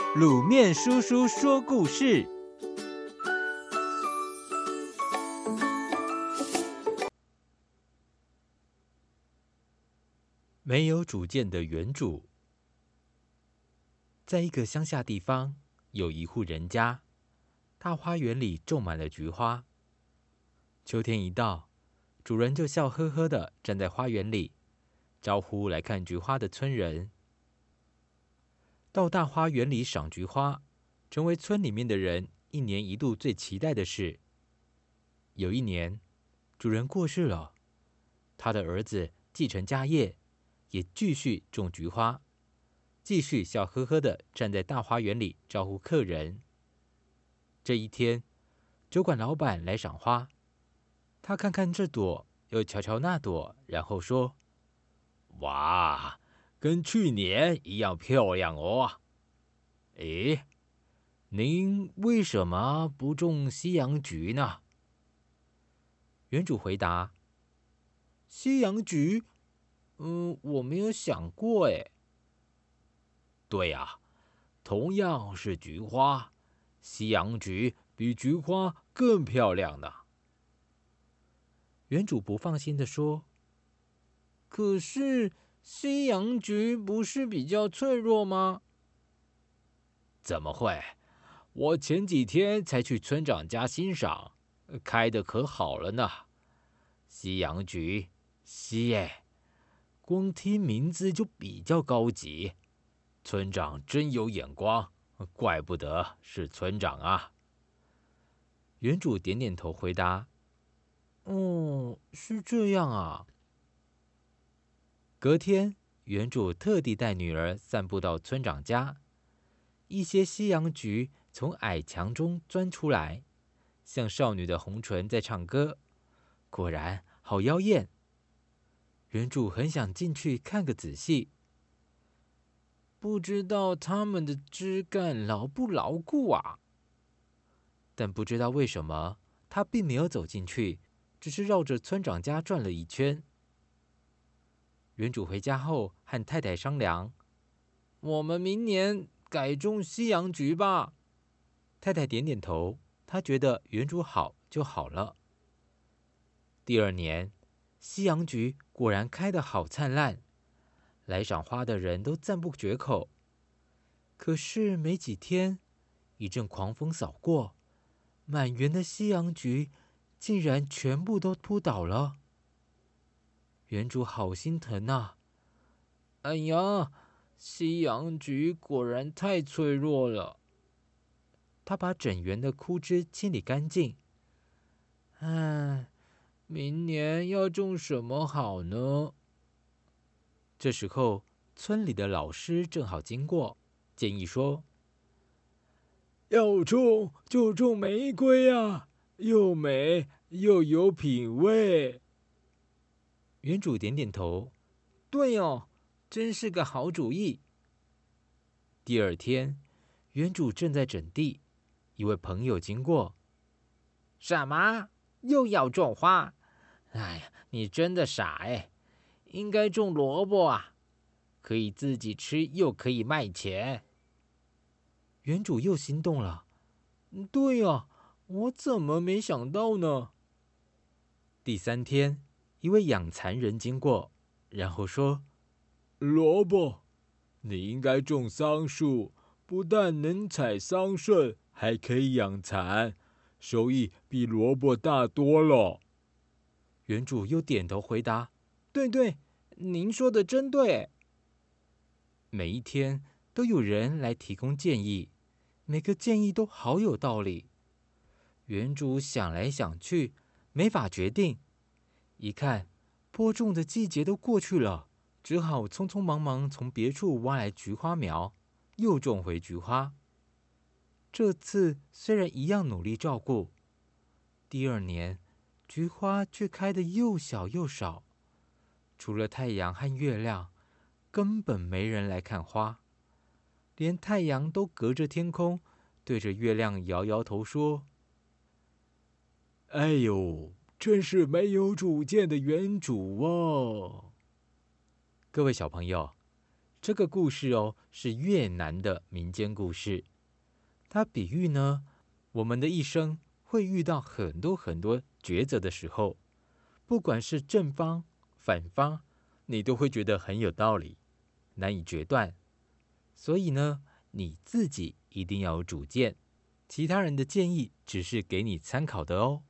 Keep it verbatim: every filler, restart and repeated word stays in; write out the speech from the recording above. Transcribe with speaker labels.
Speaker 1: 卤面叔叔说故事。没有主见的园主。在一个乡下地方，有一户人家，大花园里种满了菊花。秋天一到，主人就笑呵呵地站在花园里，招呼来看菊花的村人。到大花园里赏菊花，成为村里面的人一年一度最期待的事。有一年，主人过世了，他的儿子继承家业，也继续种菊花，继续笑呵呵地站在大花园里招呼客人。这一天，酒馆老板来赏花，他看看这朵，又瞧瞧那朵，然后说：“哇，跟去年一样漂亮哦。诶，您为什么不种西洋菊呢？”园主回答：“西洋菊，嗯，我没有想过诶。”对呀，同样是菊花，西洋菊比菊花更漂亮呢。园主不放心地说：“可是西洋菊不是比较脆弱吗？”怎么会？我前几天才去村长家欣赏，开得可好了呢。西洋菊，西耶，光听名字就比较高级。村长真有眼光，怪不得是村长啊。园主点点头回答：“哦，是这样啊。”隔天，园主特地带女儿散步到村长家，一些西洋菊从矮墙中钻出来，像少女的红唇在唱歌，果然好妖艳。园主很想进去看个仔细，不知道它们的枝干牢不牢固啊？但不知道为什么，他并没有走进去，只是绕着村长家转了一圈。园主回家后和太太商量：“我们明年改种西洋菊吧。”太太点点头，她觉得园主好就好了。第二年，西洋菊果然开得好灿烂，来赏花的人都赞不绝口。可是没几天，一阵狂风扫过，满园的西洋菊竟然全部都扑倒了。园主好心疼啊！哎呀，西洋菊果然太脆弱了。他把整园的枯枝清理干净。唉，明年要种什么好呢？这时候，村里的老师正好经过，建议说：“要种就种玫瑰啊，又美又有品味。”园主点点头：“对哦，真是个好主意。”第二天，园主正在整地，一位朋友经过：“什么？又要种花？哎呀，你真的傻哎！应该种萝卜啊，可以自己吃，又可以卖钱。”园主又心动了：“对呀，我怎么没想到呢？”第三天，一位养蚕人经过，然后说：“萝卜，你应该种桑树，不但能采桑葚，还可以养蚕，收益比萝卜大多了。”园主又点头回答：“对对，您说的真对。”每一天都有人来提供建议，每个建议都好有道理。园主想来想去，没法决定。一看，播种的季节都过去了，只好匆匆忙忙从别处挖来菊花苗，又种回菊花。这次虽然一样努力照顾，第二年菊花却开得又小又少，除了太阳和月亮，根本没人来看花。连太阳都隔着天空，对着月亮摇摇头说：“哎呦，真是没有主见的园主哦。”各位小朋友， 这个故事哦，是越南的民间故事。它比喻呢，我们的一生会遇到很多很多抉择的时候，不管是正方、反方，你都会觉得很有道理，难以决断。所以呢，你自己一定要有主见，其他人的建议只是给你参考的哦。